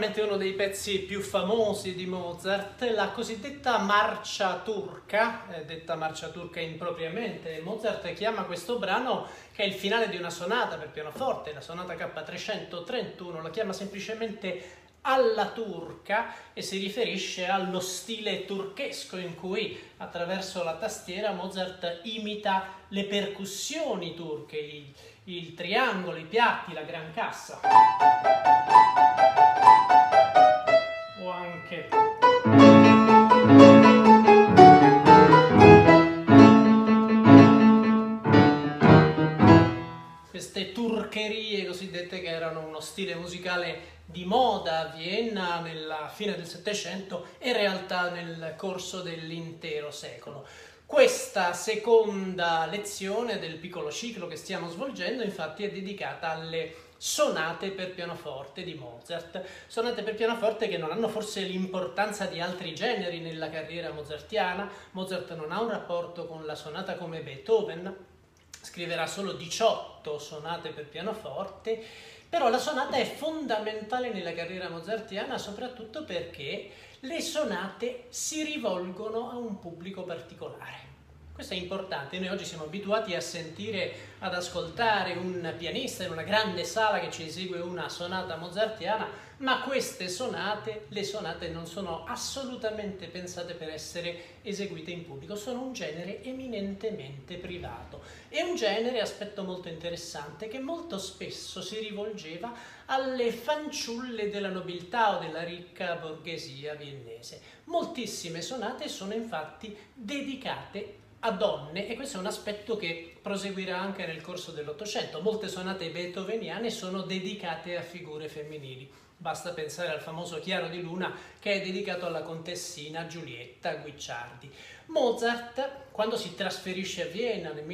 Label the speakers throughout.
Speaker 1: sicuramente uno dei pezzi più famosi di Mozart, la cosiddetta marcia turca, detta marcia turca impropriamente. Mozart chiama questo brano, che è il finale di una sonata per pianoforte, la sonata K331, la chiama semplicemente alla turca e si riferisce allo stile turchesco in cui attraverso la tastiera Mozart imita le percussioni turche, il triangolo, i piatti, la gran cassa. O anche queste turcherie cosiddette, che erano uno stile musicale di moda a Vienna nella fine del Settecento e in realtà nel corso dell'intero secolo. Questa seconda lezione del piccolo ciclo che stiamo svolgendo infatti è dedicata alle sonate per pianoforte di Mozart, sonate per pianoforte che non hanno forse l'importanza di altri generi nella carriera mozartiana. Mozart non ha un rapporto con la sonata come Beethoven, scriverà solo 18 sonate per pianoforte, però la sonata è fondamentale nella carriera mozartiana soprattutto perché le sonate si rivolgono a un pubblico particolare. Questo è importante, noi oggi siamo abituati a sentire, ad ascoltare un pianista in una grande sala che ci esegue una sonata mozartiana, ma queste sonate, le sonate non sono assolutamente pensate per essere eseguite in pubblico, sono un genere eminentemente privato. È un genere, aspetto molto interessante, che molto spesso si rivolgeva alle fanciulle della nobiltà o della ricca borghesia viennese. Moltissime sonate sono infatti dedicate a donne e questo è un aspetto che proseguirà anche nel corso dell'Ottocento. Molte sonate beethoveniane sono dedicate a figure femminili. Basta pensare al famoso Chiaro di Luna, che è dedicato alla contessina Giulietta Guicciardi. Mozart, quando si trasferisce a Vienna nel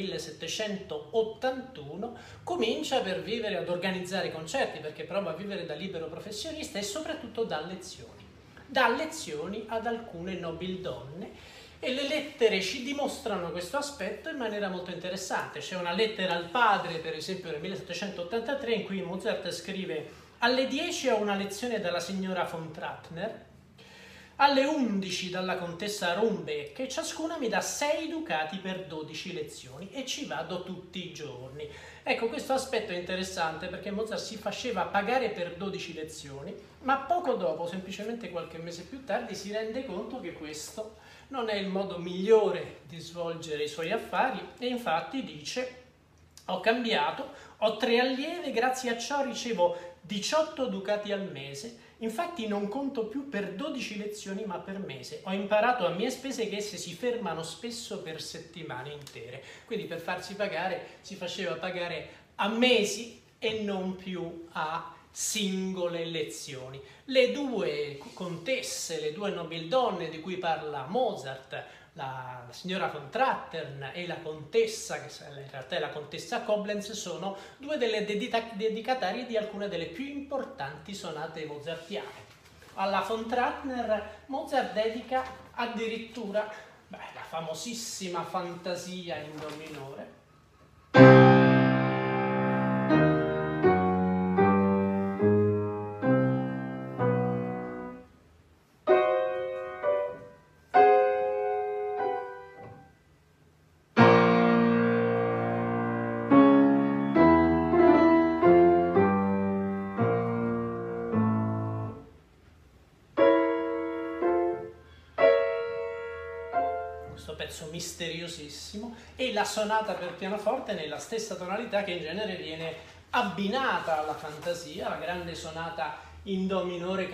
Speaker 1: 1781, comincia per vivere ad organizzare concerti, perché prova a vivere da libero professionista e soprattutto dà lezioni. Dà lezioni ad alcune nobildonne e le lettere ci dimostrano questo aspetto in maniera molto interessante. C'è una lettera al padre, per esempio nel 1783, in cui Mozart scrive: alle 10 ho una lezione dalla signora von Trattner, alle 11 dalla contessa Rumbeck, e ciascuna mi dà 6 ducati per 12 lezioni e ci vado tutti i giorni. Ecco, questo aspetto è interessante perché Mozart si faceva pagare per 12 lezioni, ma poco dopo, semplicemente qualche mese più tardi, si rende conto che questo non è il modo migliore di svolgere i suoi affari e infatti dice: ho cambiato, ho 3 allieve, grazie a ciò ricevo 18 ducati al mese, infatti non conto più per 12 lezioni ma per mese. Ho imparato a mie spese che esse si fermano spesso per settimane intere. Quindi per farsi pagare si faceva pagare a mesi e non più a singole lezioni. Le due contesse, le due nobildonne di cui parla Mozart, la signora von Trattern e la contessa, che in realtà è la contessa Koblenz, sono due delle dedicatarie di alcune delle più importanti sonate mozartiane. Alla von Trattner Mozart dedica addirittura la famosissima Fantasia in Do minore. Questo pezzo misteriosissimo, e la sonata per pianoforte nella stessa tonalità che in genere viene abbinata alla fantasia, la grande sonata in Do minore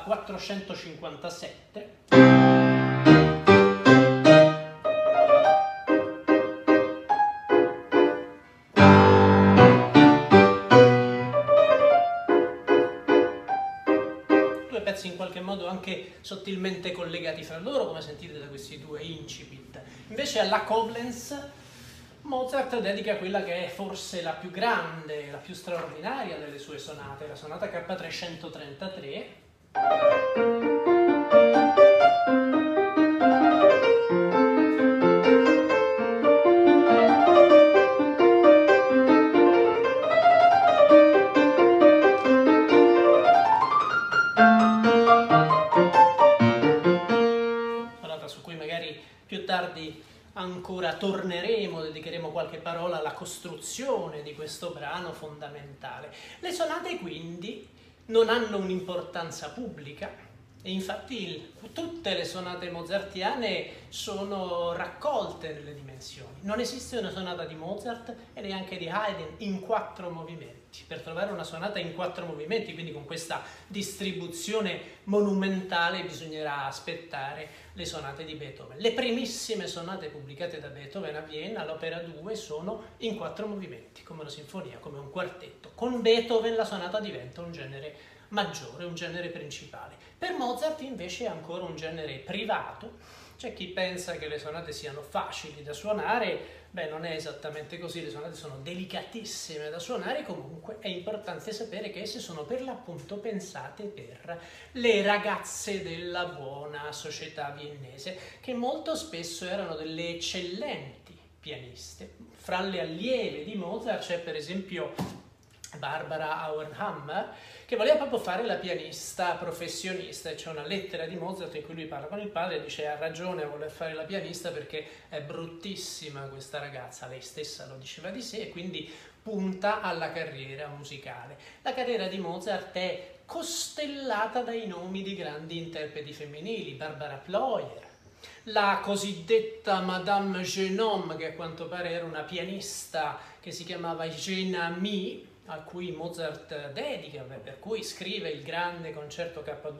Speaker 1: K457. In qualche modo anche sottilmente collegati fra loro, come sentite da questi due incipit. Invece alla Koblenz Mozart dedica quella che è forse la più grande, la più straordinaria delle sue sonate, la sonata K333. torneremo, dedicheremo qualche parola alla costruzione di questo brano fondamentale. Le sonate quindi non hanno un'importanza pubblica e infatti tutte le sonate mozartiane sono raccolte nelle dimensioni. Non esiste una sonata di Mozart e neanche di Haydn in 4 movimenti. Per trovare una sonata in 4 movimenti, quindi con questa distribuzione monumentale, bisognerà aspettare le sonate di Beethoven. Le primissime sonate pubblicate da Beethoven a Vienna, l'Opera 2, sono in 4 movimenti, come una sinfonia, come un quartetto. Con Beethoven la sonata diventa un genere maggiore, un genere principale. Per Mozart invece è ancora un genere privato. C'è chi pensa che le sonate siano facili da suonare, beh, non è esattamente così, le sonate sono delicatissime da suonare, comunque è importante sapere che esse sono per l'appunto pensate per le ragazze della buona società viennese, che molto spesso erano delle eccellenti pianiste. Fra le allieve di Mozart c'è per esempio Barbara Auerhammer, che voleva proprio fare la pianista professionista, e c'è una lettera di Mozart in cui lui parla con il padre e dice: ha ragione a voler fare la pianista perché è bruttissima questa ragazza, lei stessa lo diceva di sé, e quindi punta alla carriera musicale. La carriera di Mozart è costellata dai nomi di grandi interpreti femminili: Barbara Ployer, la cosiddetta Madame Genome, che a quanto pare era una pianista che si chiamava Eugène Amie, a cui Mozart dedica, per cui scrive il grande concerto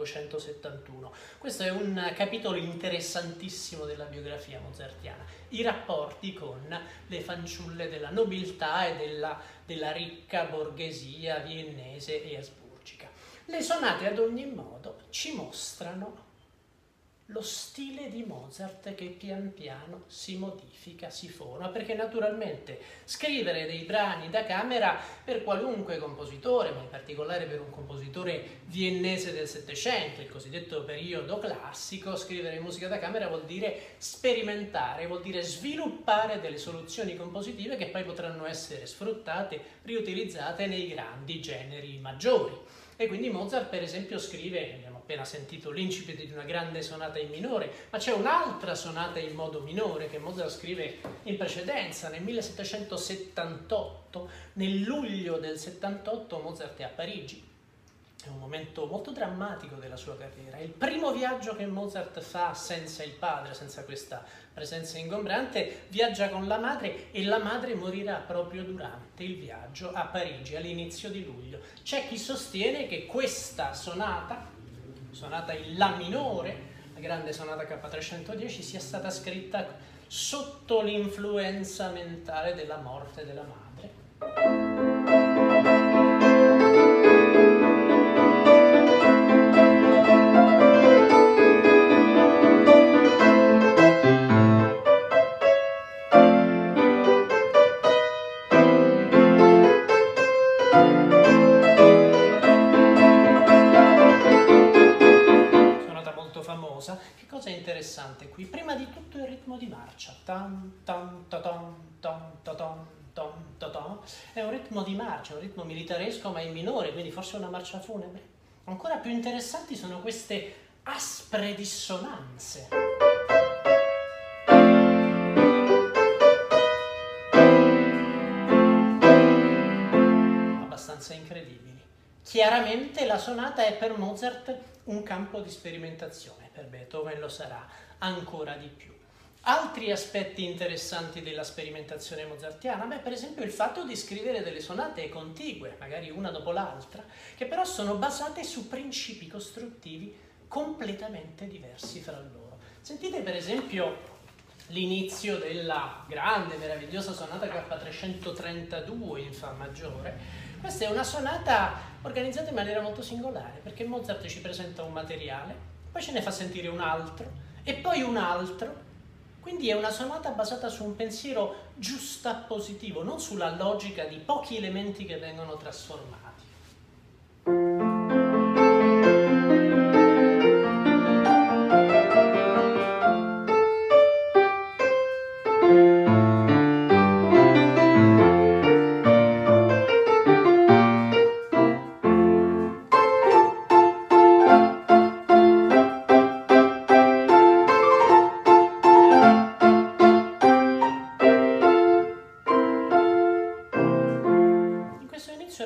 Speaker 1: K271. Questo è un capitolo interessantissimo della biografia mozartiana, i rapporti con le fanciulle della nobiltà e della ricca borghesia viennese e asburgica. Le sonate ad ogni modo ci mostrano lo stile di Mozart che pian piano si modifica, si forma, perché naturalmente scrivere dei brani da camera per qualunque compositore, ma in particolare per un compositore viennese del Settecento, il cosiddetto periodo classico, scrivere musica da camera vuol dire sperimentare, vuol dire sviluppare delle soluzioni compositive che poi potranno essere sfruttate, riutilizzate nei grandi generi maggiori. E quindi Mozart, per esempio, scrive, abbiamo appena sentito l'incipit di una grande sonata in minore, ma c'è un'altra sonata in modo minore che Mozart scrive in precedenza, nel 1778, nel luglio del 78 Mozart è a Parigi. È un momento molto drammatico della sua carriera, è il primo viaggio che Mozart fa senza il padre, senza questa presenza ingombrante, viaggia con la madre e la madre morirà proprio durante il viaggio a Parigi all'inizio di luglio. C'è chi sostiene che questa sonata in La minore, la grande sonata K310, sia stata scritta sotto l'influenza mentale della morte della madre. Che cosa è interessante qui? Prima di tutto il ritmo di marcia, tam, tam, ta, tam, tam, ta, tam, tam, ta, tam. È un ritmo di marcia, un ritmo militaresco ma in minore, quindi forse una marcia funebre. Ancora più interessanti sono queste aspre dissonanze. Abbastanza incredibili. Chiaramente la sonata è per Mozart un campo di sperimentazione, per Beethoven lo sarà ancora di più. Altri aspetti interessanti della sperimentazione mozartiana, beh, per esempio il fatto di scrivere delle sonate contigue, magari una dopo l'altra, che però sono basate su principi costruttivi completamente diversi fra loro. Sentite per esempio l'inizio della grande, meravigliosa sonata K332 in Fa maggiore. Questa è una sonata organizzata in maniera molto singolare, perché Mozart ci presenta un materiale, poi ce ne fa sentire un altro, e poi un altro. Quindi è una sonata basata su un pensiero giustappositivo, non sulla logica di pochi elementi che vengono trasformati.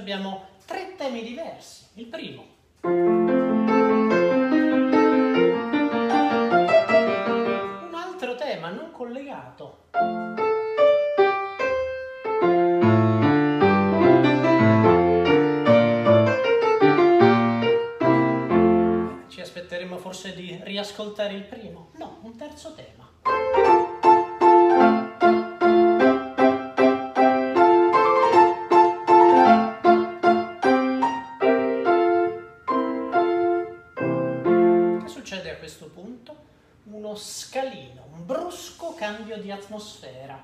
Speaker 1: abbiamo 3 temi diversi. Il primo, un altro tema non collegato. Ci aspetteremo forse di riascoltare il primo? No, un terzo tema. Succede a questo punto uno scalino, un brusco cambio di atmosfera.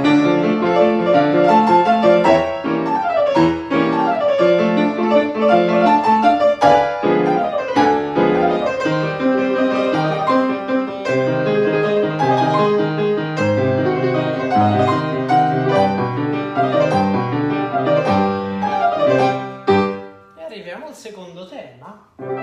Speaker 1: E arriviamo al secondo tema.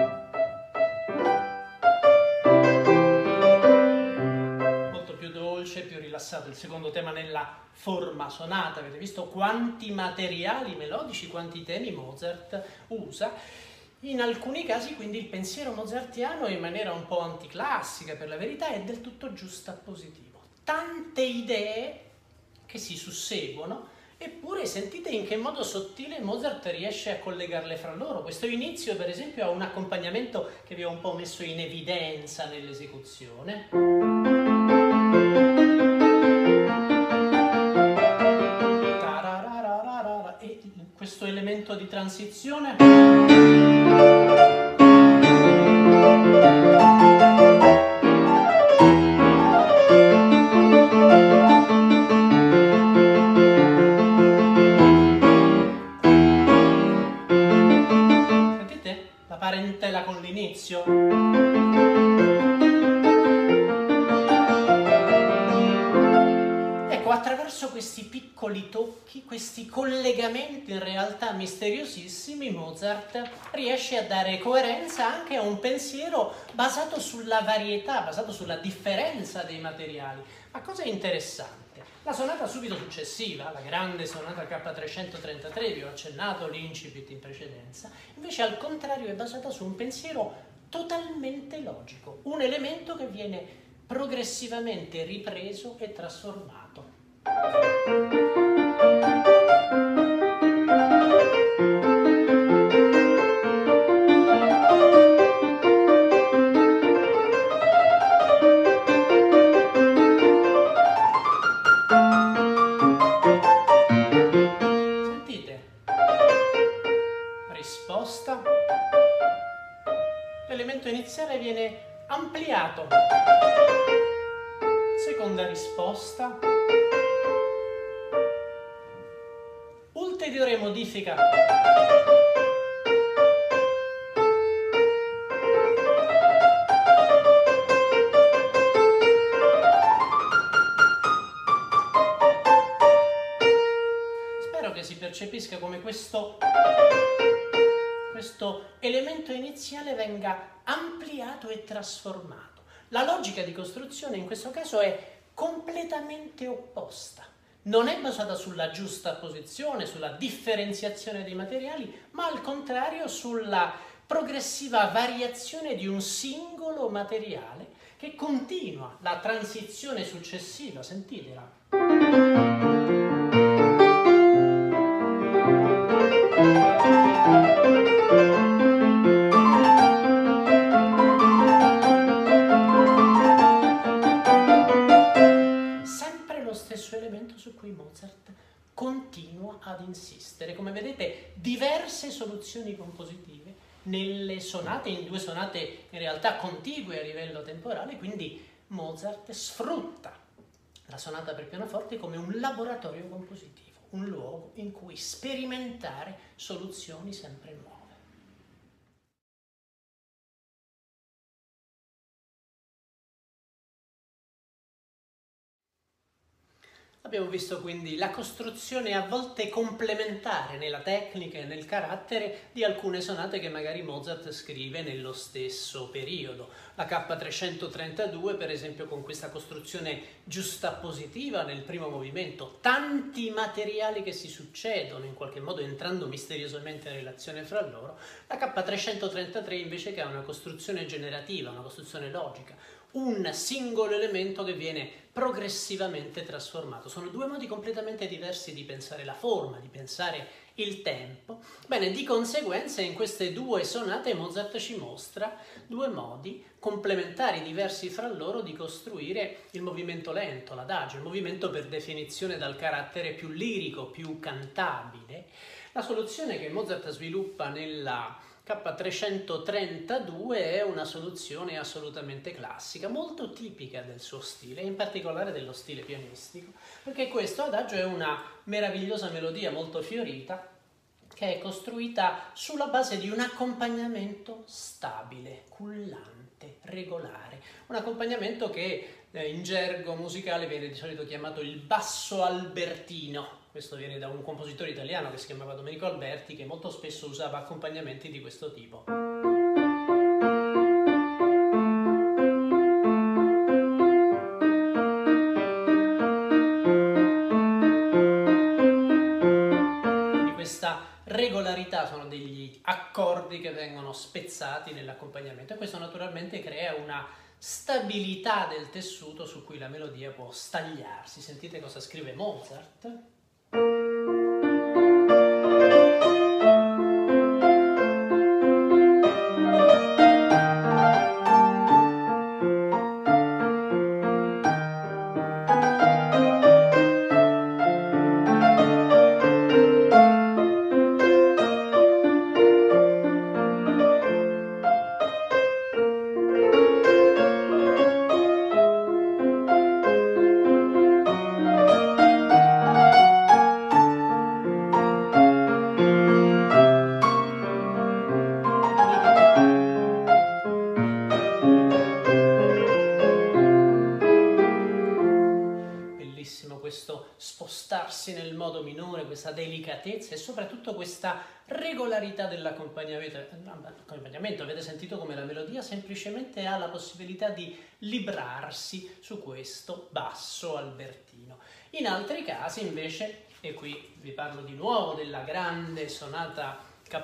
Speaker 1: Più rilassato, il secondo tema nella forma sonata. Avete visto quanti materiali melodici, quanti temi Mozart usa. In alcuni casi quindi il pensiero mozartiano in maniera un po' anticlassica, per la verità, è del tutto giustappositivo. Tante idee che si susseguono, eppure sentite in che modo sottile Mozart riesce a collegarle fra loro. Questo inizio, per esempio, ha un accompagnamento che vi ho un po' messo in evidenza nell'esecuzione. E questo elemento di transizione sentite? La parentela con l'inizio. Attraverso questi piccoli tocchi, questi collegamenti in realtà misteriosissimi, Mozart riesce a dare coerenza anche a un pensiero basato sulla varietà, basato sulla differenza dei materiali. Ma cosa è interessante? La sonata subito successiva, la grande sonata K333, vi ho accennato l'incipit in precedenza, invece al contrario è basata su un pensiero totalmente logico, un elemento che viene progressivamente ripreso e trasformato. Sentite? Risposta. L'elemento iniziale viene ampliato. Seconda risposta. Ulteriore modifica. Spero che si percepisca come questo elemento iniziale venga ampliato e trasformato. La logica di costruzione in questo caso è completamente opposta. Non è basata sulla giusta posizione, sulla differenziazione dei materiali, ma al contrario sulla progressiva variazione di un singolo materiale che continua la transizione successiva. Sentitela. Su cui Mozart continua ad insistere. Come vedete, diverse soluzioni compositive nelle sonate, in 2 sonate in realtà contigue a livello temporale, quindi Mozart sfrutta la sonata per pianoforte come un laboratorio compositivo, un luogo in cui sperimentare soluzioni sempre nuove. Abbiamo visto quindi la costruzione a volte complementare nella tecnica e nel carattere di alcune sonate che magari Mozart scrive nello stesso periodo. La K332, per esempio, con questa costruzione giustappositiva nel primo movimento, tanti materiali che si succedono, in qualche modo entrando misteriosamente in relazione fra loro. La K333 invece che ha una costruzione generativa, una costruzione logica, un singolo elemento che viene progressivamente trasformato. Sono due modi completamente diversi di pensare la forma, di pensare il tempo. Bene, di conseguenza in queste due sonate Mozart ci mostra due modi complementari, diversi fra loro, di costruire il movimento lento, l'adagio, il movimento per definizione dal carattere più lirico, più cantabile. La soluzione che Mozart sviluppa nella K332 è una soluzione assolutamente classica, molto tipica del suo stile, in particolare dello stile pianistico, perché questo adagio è una meravigliosa melodia molto fiorita che è costruita sulla base di un accompagnamento stabile, cullante, regolare, un accompagnamento che in gergo musicale viene di solito chiamato il basso albertino. Questo viene da un compositore italiano che si chiamava Domenico Alberti, che molto spesso usava accompagnamenti di questo tipo. Di questa regolarità sono degli accordi che vengono spezzati nell'accompagnamento e questo naturalmente crea una stabilità del tessuto su cui la melodia può stagliarsi. Sentite cosa scrive Mozart. Questo spostarsi nel modo minore, questa delicatezza e soprattutto questa regolarità dell'accompagnamento. Avete sentito come la melodia semplicemente ha la possibilità di librarsi su questo basso albertino. In altri casi invece, e qui vi parlo di nuovo della grande sonata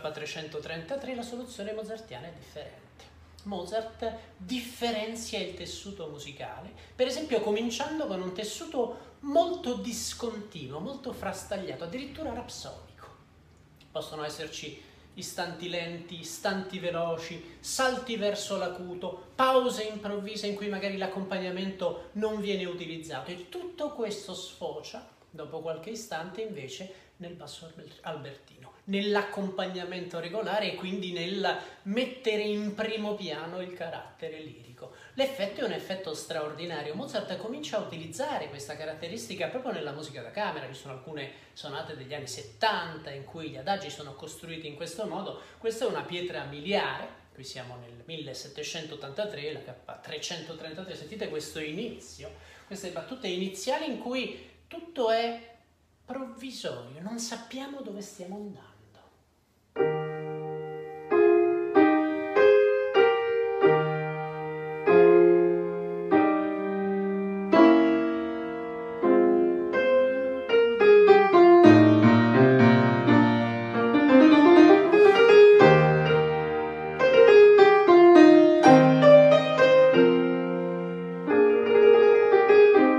Speaker 1: K333, la soluzione mozartiana è differente. Mozart differenzia il tessuto musicale, per esempio cominciando con un tessuto molto discontinuo, molto frastagliato, addirittura rapsodico. Possono esserci istanti lenti, istanti veloci, salti verso l'acuto, pause improvvise in cui magari l'accompagnamento non viene utilizzato e tutto questo sfocia, dopo qualche istante, invece nel basso albertino, nell'accompagnamento regolare e quindi nel mettere in primo piano il carattere lirico. L'effetto è un effetto straordinario. Mozart comincia a utilizzare questa caratteristica proprio nella musica da camera. Ci sono alcune sonate degli anni 70 in cui gli adagi sono costruiti in questo modo. Questa è una pietra miliare. Qui siamo nel 1783, la K333. Sentite questo inizio, queste battute iniziali in cui tutto è provvisorio, non sappiamo dove stiamo andando.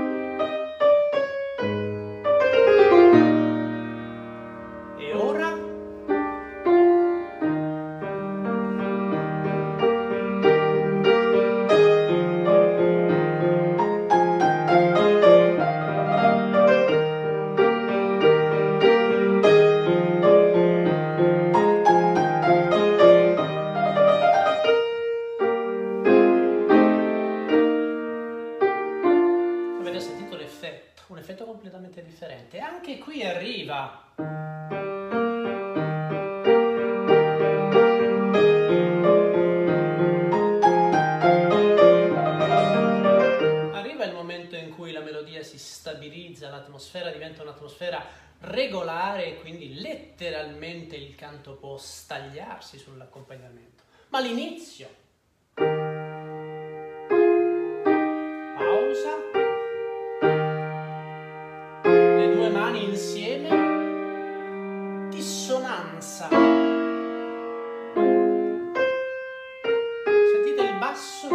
Speaker 1: E ora un'atmosfera regolare e quindi letteralmente il canto può stagliarsi sull'accompagnamento. Ma l'inizio, pausa, le due mani insieme, dissonanza. Sentite il basso?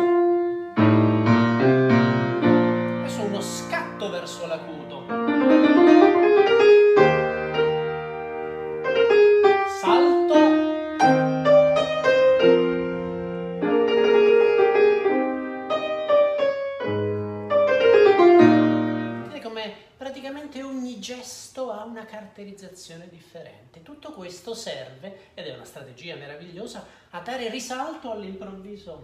Speaker 1: Adesso uno scatto verso l'acuto. Salto. Vedete come praticamente ogni gesto ha una caratterizzazione differente. Tutto questo serve, ed è una strategia meravigliosa, a dare risalto all'improvviso.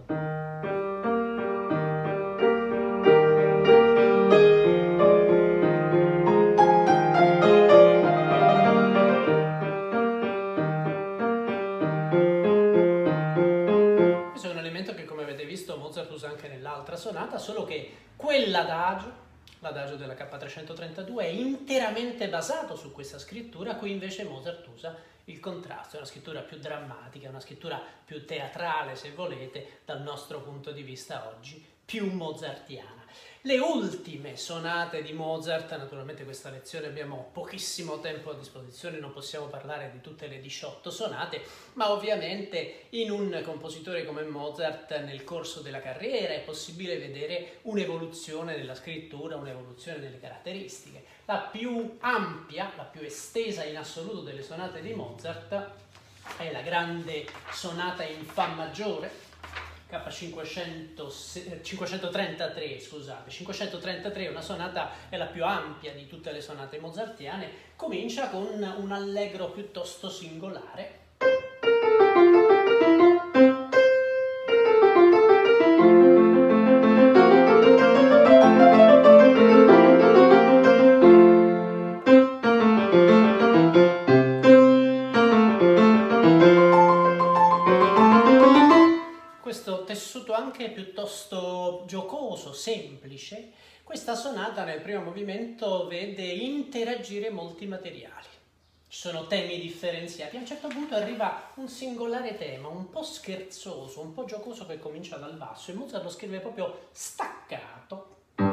Speaker 1: Questo è un elemento che, come avete visto, Mozart usa anche nell'altra sonata, solo che quell'adagio, l'adagio della K332, è interamente basato su questa scrittura. Qui invece Mozart usa il contrasto, è una scrittura più drammatica, una scrittura più teatrale, se volete, dal nostro punto di vista oggi, più mozartiana. Le ultime sonate di Mozart, naturalmente questa lezione abbiamo pochissimo tempo a disposizione, non possiamo parlare di tutte le 18 sonate, ma ovviamente in un compositore come Mozart nel corso della carriera è possibile vedere un'evoluzione della scrittura, un'evoluzione delle caratteristiche. La più ampia, la più estesa in assoluto delle sonate di Mozart è la grande sonata in Fa maggiore, K533, scusate, 533 è una sonata, è la più ampia di tutte le sonate mozartiane, comincia con un allegro piuttosto singolare. Questo tessuto anche piuttosto giocoso, semplice, questa sonata nel primo movimento vede interagire molti materiali. Ci sono temi differenziati, a un certo punto arriva un singolare tema, un po' scherzoso, un po' giocoso che comincia dal basso e Mozart lo scrive proprio staccato.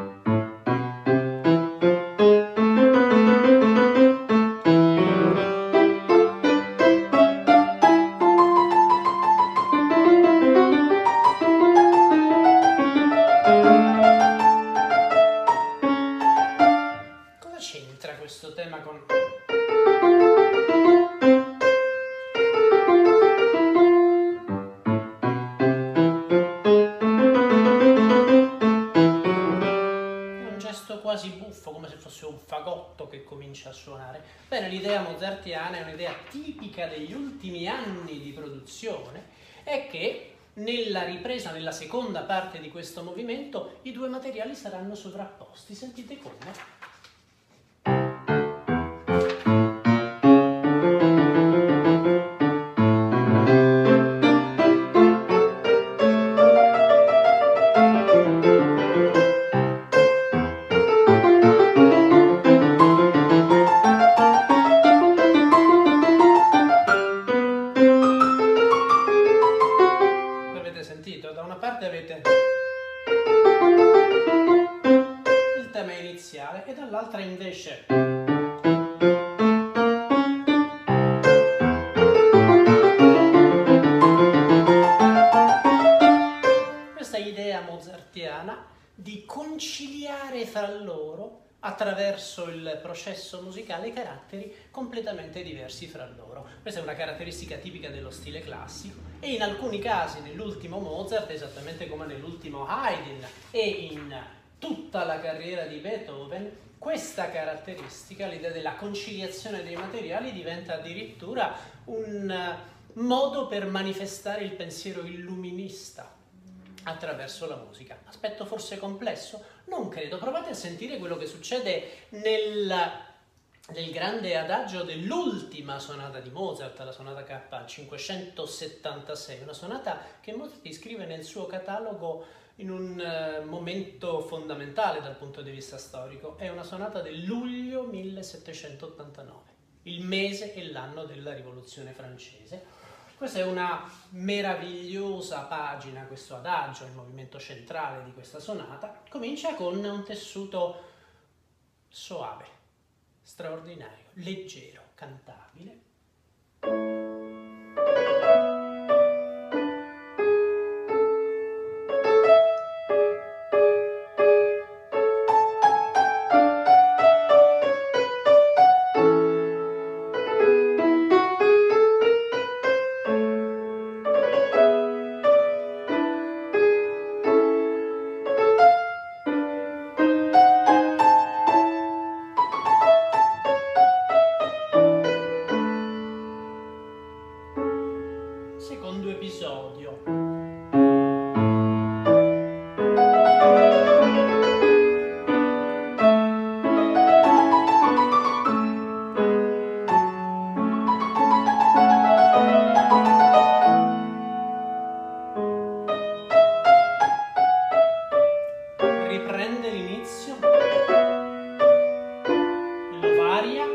Speaker 1: Questo tema con... È un gesto quasi buffo, come se fosse un fagotto che comincia a suonare. Bene, l'idea mozartiana è un'idea tipica degli ultimi anni di produzione, è che nella ripresa, nella seconda parte di questo movimento, i due materiali saranno sovrapposti. Sentite come? Da una parte avete il tema iniziale e dall'altra invece questa idea mozartiana di conciliare fra loro attraverso il processo musicale caratteri completamente diversi fra loro. Questa è una caratteristica tipica dello stile classico e in alcuni casi nell'ultimo Mozart, esattamente come nell'ultimo Haydn e in tutta la carriera di Beethoven, questa caratteristica, l'idea della conciliazione dei materiali, diventa addirittura un modo per manifestare il pensiero illuminista attraverso la musica. Aspetto forse complesso? Non credo. Provate a sentire quello che succede del grande adagio dell'ultima sonata di Mozart, la sonata K 576, una sonata che Mozart iscrive nel suo catalogo in un momento fondamentale dal punto di vista storico. È una sonata del luglio 1789, il mese e l'anno della Rivoluzione francese. Questa è una meravigliosa pagina, questo adagio, il movimento centrale di questa sonata. Comincia con un tessuto soave, straordinario, leggero, cantabile. Secondo episodio. Riprende l'inizio, lo varia.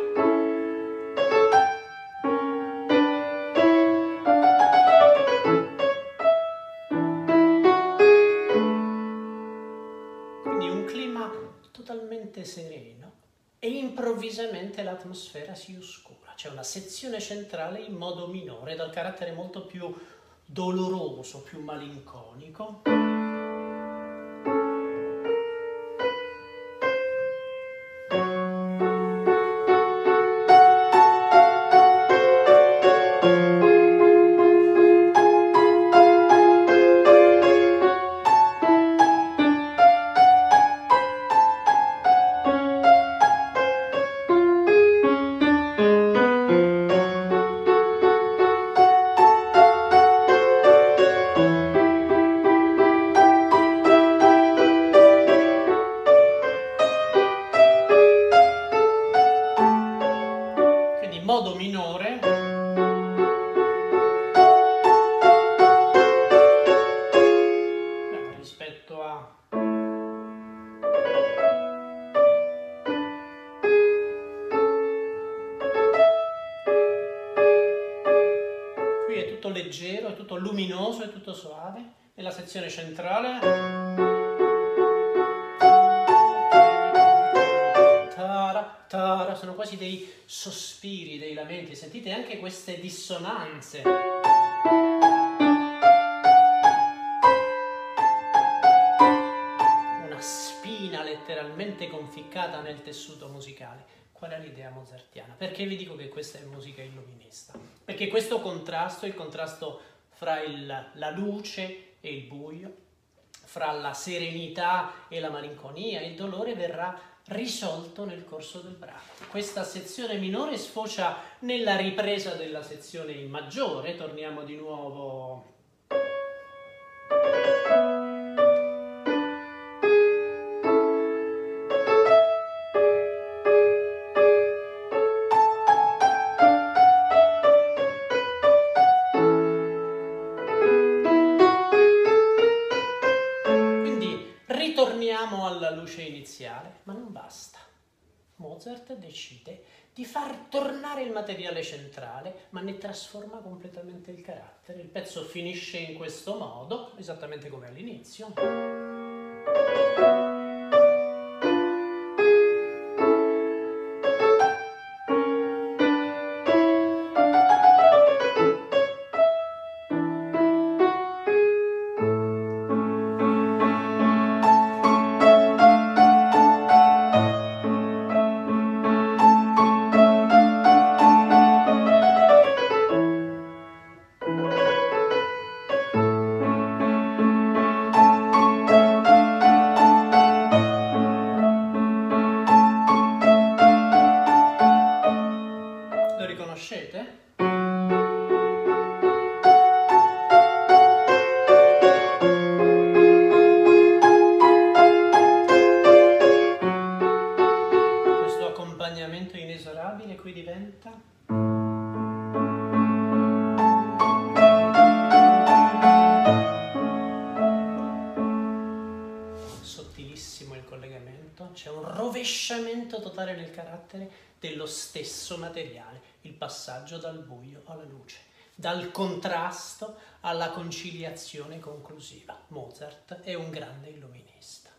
Speaker 1: Totalmente sereno e improvvisamente l'atmosfera si oscura. C'è una sezione centrale in modo minore dal carattere molto più doloroso, più malinconico. Modo minore, rispetto a qui è tutto leggero, è tutto luminoso, è tutto suave. Nella sezione centrale sono quasi dei sospiri, dei lamenti. Sentite anche queste dissonanze. Una spina letteralmente conficcata nel tessuto musicale. Qual è l'idea mozartiana? Perché vi dico che questa è musica illuminista? Perché questo contrasto, il contrasto fra la luce e il buio, fra la serenità e la malinconia, il dolore verrà risolto nel corso del brano. Questa sezione minore sfocia nella ripresa della sezione in maggiore. Torniamo di nuovo. Ritorniamo alla luce iniziale, ma non basta. Mozart decide di far tornare il materiale centrale, ma ne trasforma completamente il carattere. Il pezzo finisce in questo modo, esattamente come all'inizio. Conoscete? Questo accompagnamento inesorabile inesorabile qui diventa sottilissimo il collegamento, c'è un rovesciamento totale nel carattere dello stesso materiale, il passaggio dal buio alla luce, dal contrasto alla conciliazione conclusiva. Mozart è un grande illuminista.